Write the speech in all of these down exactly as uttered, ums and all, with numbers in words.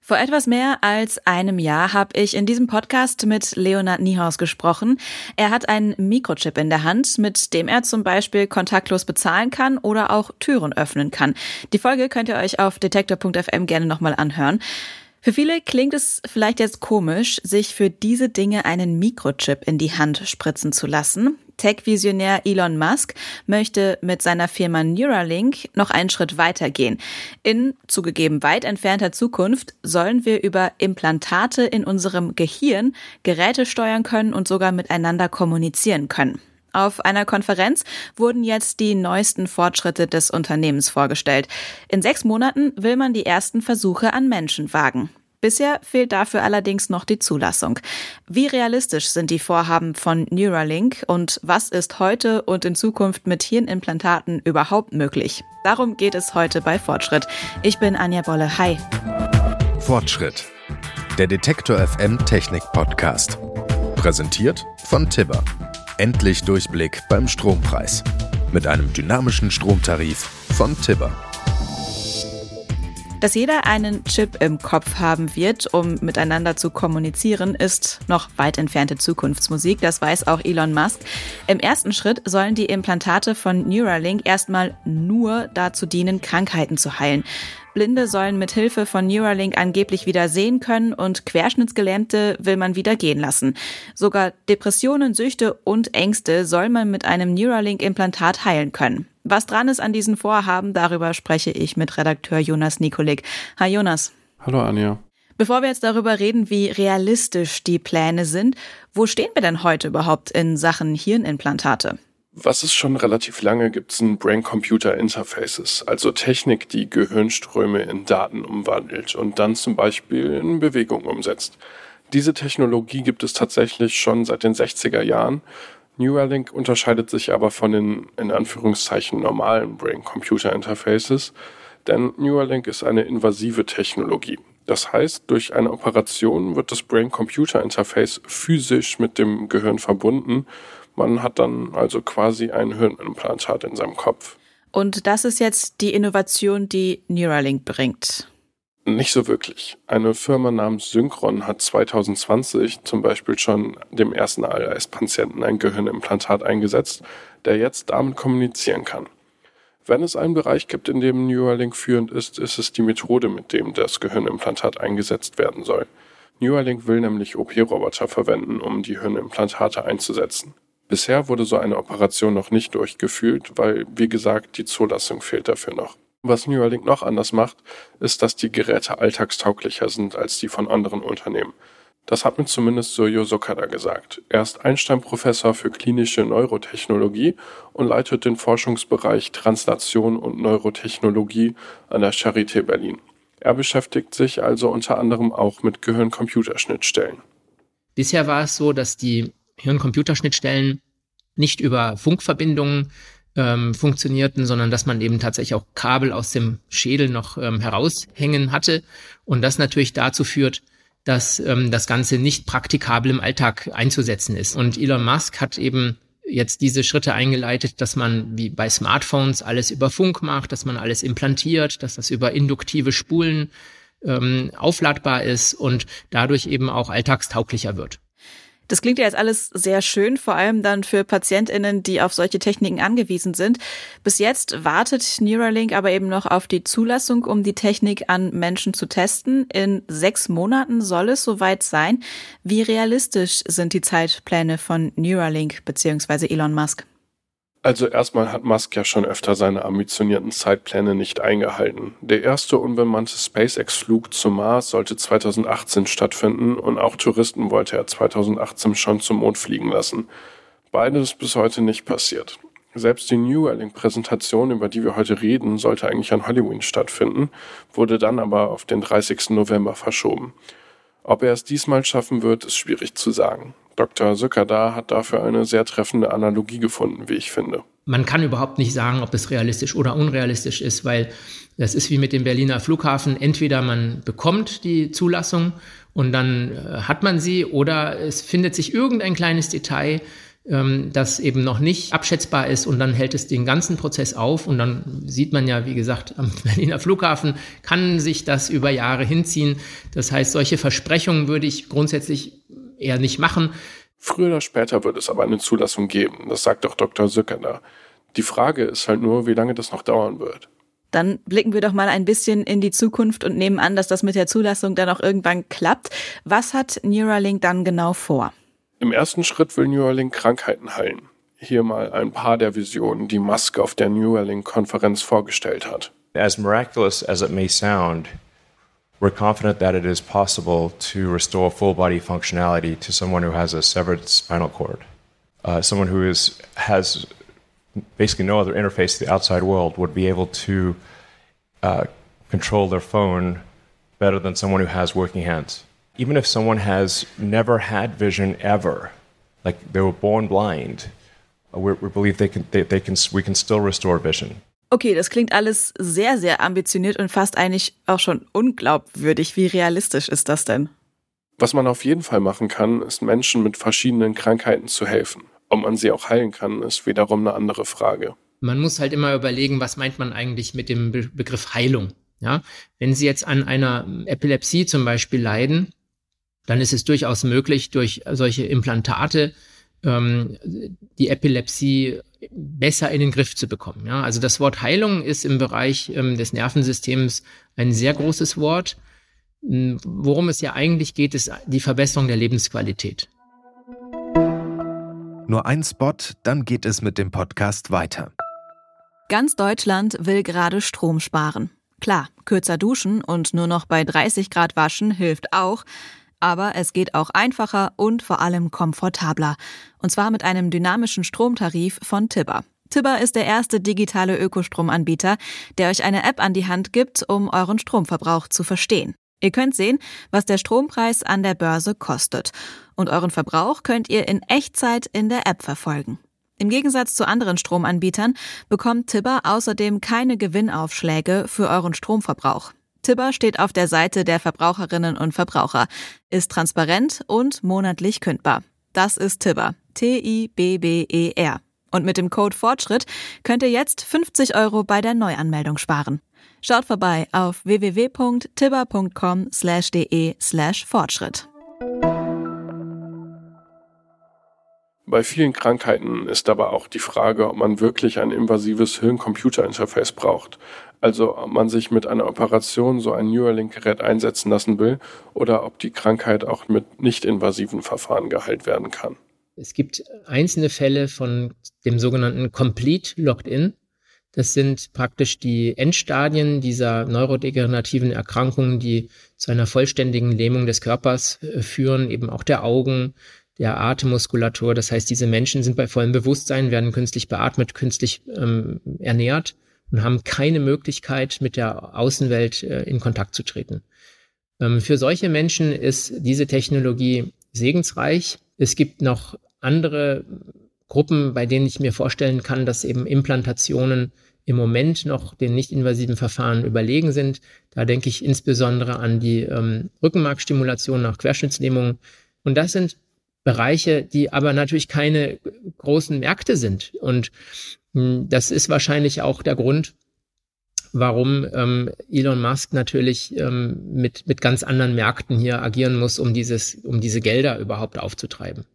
Vor etwas mehr als einem Jahr habe ich in diesem Podcast mit Leonhard Niehaus gesprochen. Er hat einen Mikrochip in der Hand, mit dem er zum Beispiel kontaktlos bezahlen kann oder auch Türen öffnen kann. Die Folge könnt ihr euch auf detektor punkt f m gerne nochmal anhören. Für viele klingt es vielleicht jetzt komisch, sich für diese Dinge einen Mikrochip in die Hand spritzen zu lassen. Tech-Visionär Elon Musk möchte mit seiner Firma Neuralink noch einen Schritt weiter gehen. In zugegeben weit entfernter Zukunft sollen wir über Implantate in unserem Gehirn Geräte steuern können und sogar miteinander kommunizieren können. Auf einer Konferenz wurden jetzt die neuesten Fortschritte des Unternehmens vorgestellt. In sechs Monaten will man die ersten Versuche an Menschen wagen. Bisher fehlt dafür allerdings noch die Zulassung. Wie realistisch sind die Vorhaben von Neuralink und was ist heute und in Zukunft mit Hirnimplantaten überhaupt möglich? Darum geht es heute bei Fortschritt. Ich bin Anja Bolle. Hi. Fortschritt. Der Detektor F M Technik Podcast. Präsentiert von Tibber. Endlich Durchblick beim Strompreis. Mit einem dynamischen Stromtarif von Tibber. Dass jeder einen Chip im Kopf haben wird, um miteinander zu kommunizieren, ist noch weit entfernte Zukunftsmusik. Das weiß auch Elon Musk. Im ersten Schritt sollen die Implantate von Neuralink erstmal nur dazu dienen, Krankheiten zu heilen. Blinde sollen mit Hilfe von Neuralink angeblich wieder sehen können und Querschnittsgelähmte will man wieder gehen lassen. Sogar Depressionen, Süchte und Ängste soll man mit einem Neuralink-Implantat heilen können. Was dran ist an diesen Vorhaben, darüber spreche ich mit Redakteur Jonas Nikolik. Hi Jonas. Hallo Anja. Bevor wir jetzt darüber reden, wie realistisch die Pläne sind, wo stehen wir denn heute überhaupt in Sachen Hirnimplantate? Was es schon relativ lange gibt, sind Brain-Computer-Interfaces, also Technik, die Gehirnströme in Daten umwandelt und dann zum Beispiel in Bewegung umsetzt. Diese Technologie gibt es tatsächlich schon seit den sechziger Jahren. Neuralink unterscheidet sich aber von den in Anführungszeichen normalen Brain-Computer-Interfaces, denn Neuralink ist eine invasive Technologie. Das heißt, durch eine Operation wird das Brain-Computer-Interface physisch mit dem Gehirn verbunden. Man hat dann also quasi ein Hirnimplantat in seinem Kopf. Und das ist jetzt die Innovation, die Neuralink bringt? Nicht so wirklich. Eine Firma namens Synchron hat zwanzig zwanzig zum Beispiel schon dem ersten A L S-Patienten ein Gehirnimplantat eingesetzt, der jetzt damit kommunizieren kann. Wenn es einen Bereich gibt, in dem Neuralink führend ist, ist es die Methode, mit dem das Gehirnimplantat eingesetzt werden soll. Neuralink will nämlich O P-Roboter verwenden, um die Hirnimplantate einzusetzen. Bisher wurde so eine Operation noch nicht durchgeführt, weil, wie gesagt, die Zulassung fehlt dafür noch. Was Neuralink noch anders macht, ist, dass die Geräte alltagstauglicher sind als die von anderen Unternehmen. Das hat mir zumindest Suryo Sokada gesagt. Er ist Einstein-Professor für klinische Neurotechnologie und leitet den Forschungsbereich Translation und Neurotechnologie an der Charité Berlin. Er beschäftigt sich also unter anderem auch mit Gehirn-Computerschnittstellen. Bisher war es so, dass die Hirn-Computerschnittstellen nicht über Funkverbindungen ähm, funktionierten, sondern dass man eben tatsächlich auch Kabel aus dem Schädel noch ähm, heraushängen hatte. Und das natürlich dazu führt, dass ähm, das Ganze nicht praktikabel im Alltag einzusetzen ist. Und Elon Musk hat eben jetzt diese Schritte eingeleitet, dass man wie bei Smartphones alles über Funk macht, dass man alles implantiert, dass das über induktive Spulen ähm, aufladbar ist und dadurch eben auch alltagstauglicher wird. Das klingt ja jetzt alles sehr schön, vor allem dann für PatientInnen, die auf solche Techniken angewiesen sind. Bis jetzt wartet Neuralink aber eben noch auf die Zulassung, um die Technik an Menschen zu testen. In sechs Monaten soll es soweit sein. Wie realistisch sind die Zeitpläne von Neuralink bzw. Elon Musk? Also erstmal hat Musk ja schon öfter seine ambitionierten Zeitpläne nicht eingehalten. Der erste unbemannte SpaceX-Flug zum Mars sollte zwanzig achtzehn stattfinden und auch Touristen wollte er zwanzig achtzehn schon zum Mond fliegen lassen. Beides ist bis heute nicht passiert. Selbst die Neuralink-Präsentation, über die wir heute reden, sollte eigentlich an Halloween stattfinden, wurde dann aber auf den dreißigsten November verschoben. Ob er es diesmal schaffen wird, ist schwierig zu sagen. Doktor Sokada hat dafür eine sehr treffende Analogie gefunden, wie ich finde. Man kann überhaupt nicht sagen, ob es realistisch oder unrealistisch ist, weil das ist wie mit dem Berliner Flughafen. Entweder man bekommt die Zulassung und dann äh, hat man sie, oder es findet sich irgendein kleines Detail, ähm, das eben noch nicht abschätzbar ist und dann hält es den ganzen Prozess auf und dann sieht man ja, wie gesagt, am Berliner Flughafen kann sich das über Jahre hinziehen. Das heißt, solche Versprechungen würde ich grundsätzlich eher nicht machen. Früher oder später wird es aber eine Zulassung geben, das sagt auch Doktor Sückener. Die Frage ist halt nur, wie lange das noch dauern wird. Dann blicken wir doch mal ein bisschen in die Zukunft und nehmen an, dass das mit der Zulassung dann auch irgendwann klappt. Was hat Neuralink dann genau vor? Im ersten Schritt will Neuralink Krankheiten heilen. Hier mal ein paar der Visionen, die Musk auf der Neuralink-Konferenz vorgestellt hat. As miraculous as it may sound, we're confident that it is possible to restore full body functionality to someone who has a severed spinal cord. Uh, someone who is has basically no other interface to the outside world would be able to uh, control their phone better than someone who has working hands. Even if someone has never had vision ever, like they were born blind, we, we believe they can, they, they can, we can still restore vision. Okay, das klingt alles sehr, sehr ambitioniert und fast eigentlich auch schon unglaubwürdig. Wie realistisch ist das denn? Was man auf jeden Fall machen kann, ist Menschen mit verschiedenen Krankheiten zu helfen. Ob man sie auch heilen kann, ist wiederum eine andere Frage. Man muss halt immer überlegen, was meint man eigentlich mit dem Be- Begriff Heilung. Ja? Wenn Sie jetzt an einer Epilepsie zum Beispiel leiden, dann ist es durchaus möglich, durch solche Implantate ähm, die Epilepsie besser in den Griff zu bekommen. Ja? Also das Wort Heilung ist im Bereich ähm, des Nervensystems ein sehr großes Wort. Worum es ja eigentlich geht, ist die Verbesserung der Lebensqualität. Nur ein Spot, dann geht es mit dem Podcast weiter. Ganz Deutschland will gerade Strom sparen. Klar, kürzer duschen und nur noch bei dreißig Grad waschen hilft auch. Aber es geht auch einfacher und vor allem komfortabler. Und zwar mit einem dynamischen Stromtarif von Tibber. Tibber ist der erste digitale Ökostromanbieter, der euch eine App an die Hand gibt, um euren Stromverbrauch zu verstehen. Ihr könnt sehen, was der Strompreis an der Börse kostet. Und euren Verbrauch könnt ihr in Echtzeit in der App verfolgen. Im Gegensatz zu anderen Stromanbietern bekommt Tibber außerdem keine Gewinnaufschläge für euren Stromverbrauch. Tibber steht auf der Seite der Verbraucherinnen und Verbraucher, ist transparent und monatlich kündbar. Das ist Tibber. T I B B E R. Und mit dem Code Fortschritt könnt ihr jetzt fünfzig Euro bei der Neuanmeldung sparen. Schaut vorbei auf w w w punkt tibber punkt com slash de slash Fortschritt. Bei vielen Krankheiten ist aber auch die Frage, ob man wirklich ein invasives Hirn-Computer-Interface braucht. Also ob man sich mit einer Operation so ein Neuralink-Gerät einsetzen lassen will oder ob die Krankheit auch mit nicht-invasiven Verfahren geheilt werden kann. Es gibt einzelne Fälle von dem sogenannten Complete Locked-In. Das sind praktisch die Endstadien dieser neurodegenerativen Erkrankungen, die zu einer vollständigen Lähmung des Körpers äh, führen, eben auch der Augen, der Atemmuskulatur. Das heißt, diese Menschen sind bei vollem Bewusstsein, werden künstlich beatmet, künstlich ähm, ernährt und haben keine Möglichkeit, mit der Außenwelt äh, in Kontakt zu treten. Ähm, für solche Menschen ist diese Technologie segensreich. Es gibt noch andere Gruppen, bei denen ich mir vorstellen kann, dass eben Implantationen im Moment noch den nicht-invasiven Verfahren überlegen sind. Da denke ich insbesondere an die ähm, Rückenmarkstimulation nach Querschnittslähmung. Und das sind Bereiche, die aber natürlich keine großen Märkte sind. Und mh, das ist wahrscheinlich auch der Grund, warum ähm, Elon Musk natürlich ähm, mit, mit ganz anderen Märkten hier agieren muss, um dieses, um diese Gelder überhaupt aufzutreiben.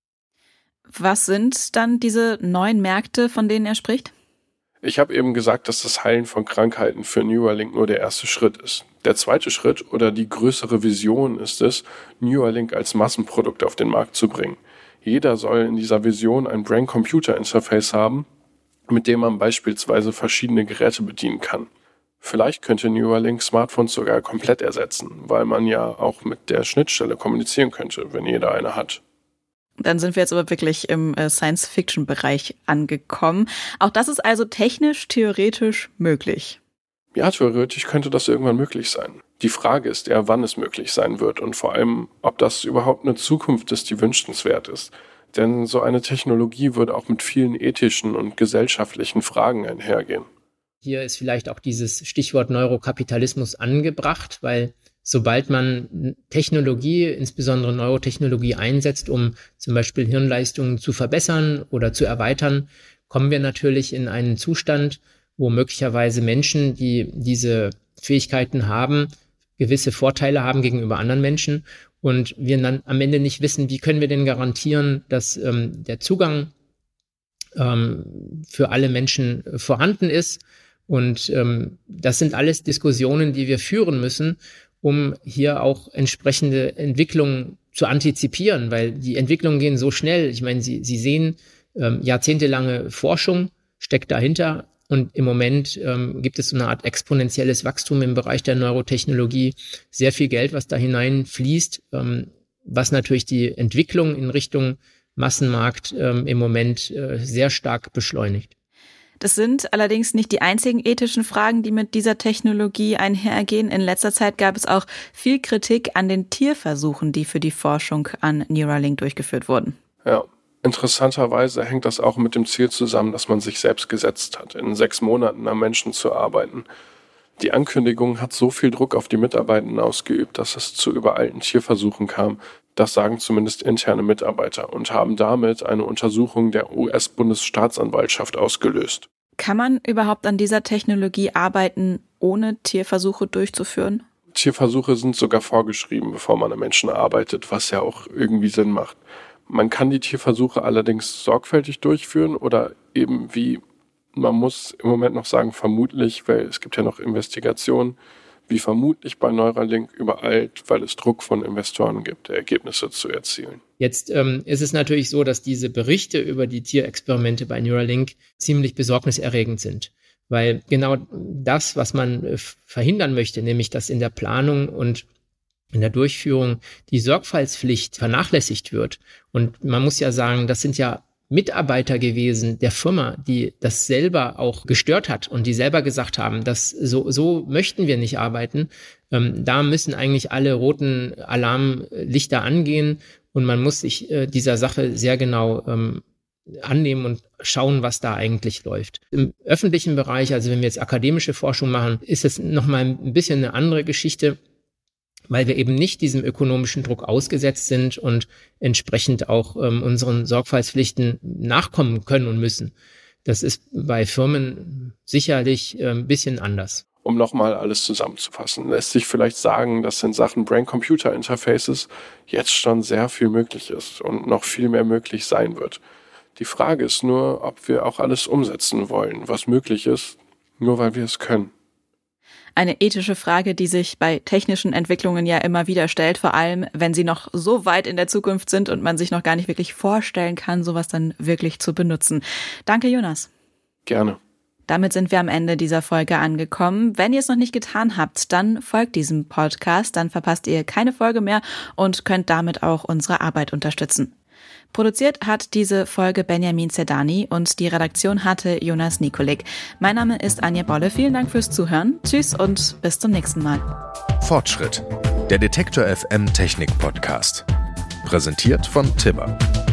Was sind dann diese neuen Märkte, von denen er spricht? Ich habe eben gesagt, dass das Heilen von Krankheiten für Neuralink nur der erste Schritt ist. Der zweite Schritt oder die größere Vision ist es, Neuralink als Massenprodukt auf den Markt zu bringen. Jeder soll in dieser Vision ein Brain-Computer-Interface haben, mit dem man beispielsweise verschiedene Geräte bedienen kann. Vielleicht könnte Neuralink Smartphones sogar komplett ersetzen, weil man ja auch mit der Schnittstelle kommunizieren könnte, wenn jeder eine hat. Dann sind wir jetzt aber wirklich im Science-Fiction-Bereich angekommen. Auch das ist also technisch, theoretisch möglich. Ja, theoretisch könnte das irgendwann möglich sein. Die Frage ist eher, wann es möglich sein wird und vor allem, ob das überhaupt eine Zukunft ist, die wünschenswert ist. Denn so eine Technologie würde auch mit vielen ethischen und gesellschaftlichen Fragen einhergehen. Hier ist vielleicht auch dieses Stichwort Neurokapitalismus angebracht, weil sobald man Technologie, insbesondere Neurotechnologie einsetzt, um zum Beispiel Hirnleistungen zu verbessern oder zu erweitern, kommen wir natürlich in einen Zustand, wo möglicherweise Menschen, die diese Fähigkeiten haben, gewisse Vorteile haben gegenüber anderen Menschen und wir dann am Ende nicht wissen, wie können wir denn garantieren, dass ähm, der Zugang ähm, für alle Menschen vorhanden ist. Und ähm, das sind alles Diskussionen, die wir führen müssen, um hier auch entsprechende Entwicklungen zu antizipieren, weil die Entwicklungen gehen so schnell. Ich meine, Sie, Sie sehen, ähm, jahrzehntelange Forschung steckt dahinter und im Moment ähm, gibt es so eine Art exponentielles Wachstum im Bereich der Neurotechnologie, sehr viel Geld, was da hineinfließt, ähm, was natürlich die Entwicklung in Richtung Massenmarkt ähm, im Moment äh, sehr stark beschleunigt. Das sind allerdings nicht die einzigen ethischen Fragen, die mit dieser Technologie einhergehen. In letzter Zeit gab es auch viel Kritik an den Tierversuchen, die für die Forschung an Neuralink durchgeführt wurden. Ja, interessanterweise hängt das auch mit dem Ziel zusammen, dass man sich selbst gesetzt hat, in sechs Monaten am Menschen zu arbeiten. Die Ankündigung hat so viel Druck auf die Mitarbeitenden ausgeübt, dass es zu übereilten Tierversuchen kam. Das sagen zumindest interne Mitarbeiter und haben damit eine Untersuchung der U S-Bundesstaatsanwaltschaft ausgelöst. Kann man überhaupt an dieser Technologie arbeiten, ohne Tierversuche durchzuführen? Tierversuche sind sogar vorgeschrieben, bevor man an Menschen arbeitet, was ja auch irgendwie Sinn macht. Man kann die Tierversuche allerdings sorgfältig durchführen oder eben wie, man muss im Moment noch sagen, vermutlich, weil es gibt ja noch Investigationen, wie vermutlich bei Neuralink übereilt, weil es Druck von Investoren gibt, Ergebnisse zu erzielen. Jetzt ähm, ist es natürlich so, dass diese Berichte über die Tierexperimente bei Neuralink ziemlich besorgniserregend sind, weil genau das, was man äh, verhindern möchte, nämlich dass in der Planung und in der Durchführung die Sorgfaltspflicht vernachlässigt wird. Und man muss ja sagen, das sind ja Mitarbeiter gewesen der Firma, die das selber auch gestört hat und die selber gesagt haben, dass so, so möchten wir nicht arbeiten. Ähm, da müssen eigentlich alle roten Alarmlichter angehen und man muss sich äh, dieser Sache sehr genau ähm, annehmen und schauen, was da eigentlich läuft. Im öffentlichen Bereich, also wenn wir jetzt akademische Forschung machen, ist es nochmal ein bisschen eine andere Geschichte, weil wir eben nicht diesem ökonomischen Druck ausgesetzt sind und entsprechend auch ähm, unseren Sorgfaltspflichten nachkommen können und müssen. Das ist bei Firmen sicherlich äh, ein bisschen anders. Um nochmal alles zusammenzufassen, lässt sich vielleicht sagen, dass in Sachen Brain-Computer-Interfaces jetzt schon sehr viel möglich ist und noch viel mehr möglich sein wird. Die Frage ist nur, ob wir auch alles umsetzen wollen, was möglich ist, nur weil wir es können. Eine ethische Frage, die sich bei technischen Entwicklungen ja immer wieder stellt, vor allem wenn sie noch so weit in der Zukunft sind und man sich noch gar nicht wirklich vorstellen kann, sowas dann wirklich zu benutzen. Danke, Jonas. Gerne. Damit sind wir am Ende dieser Folge angekommen. Wenn ihr es noch nicht getan habt, dann folgt diesem Podcast, dann verpasst ihr keine Folge mehr und könnt damit auch unsere Arbeit unterstützen. Produziert hat diese Folge Benjamin Zerdani und die Redaktion hatte Jonas Nikolik. Mein Name ist Anja Bolle. Vielen Dank fürs Zuhören. Tschüss und bis zum nächsten Mal. Fortschritt. Der Detektor F M Technik Podcast. Präsentiert von Tibber.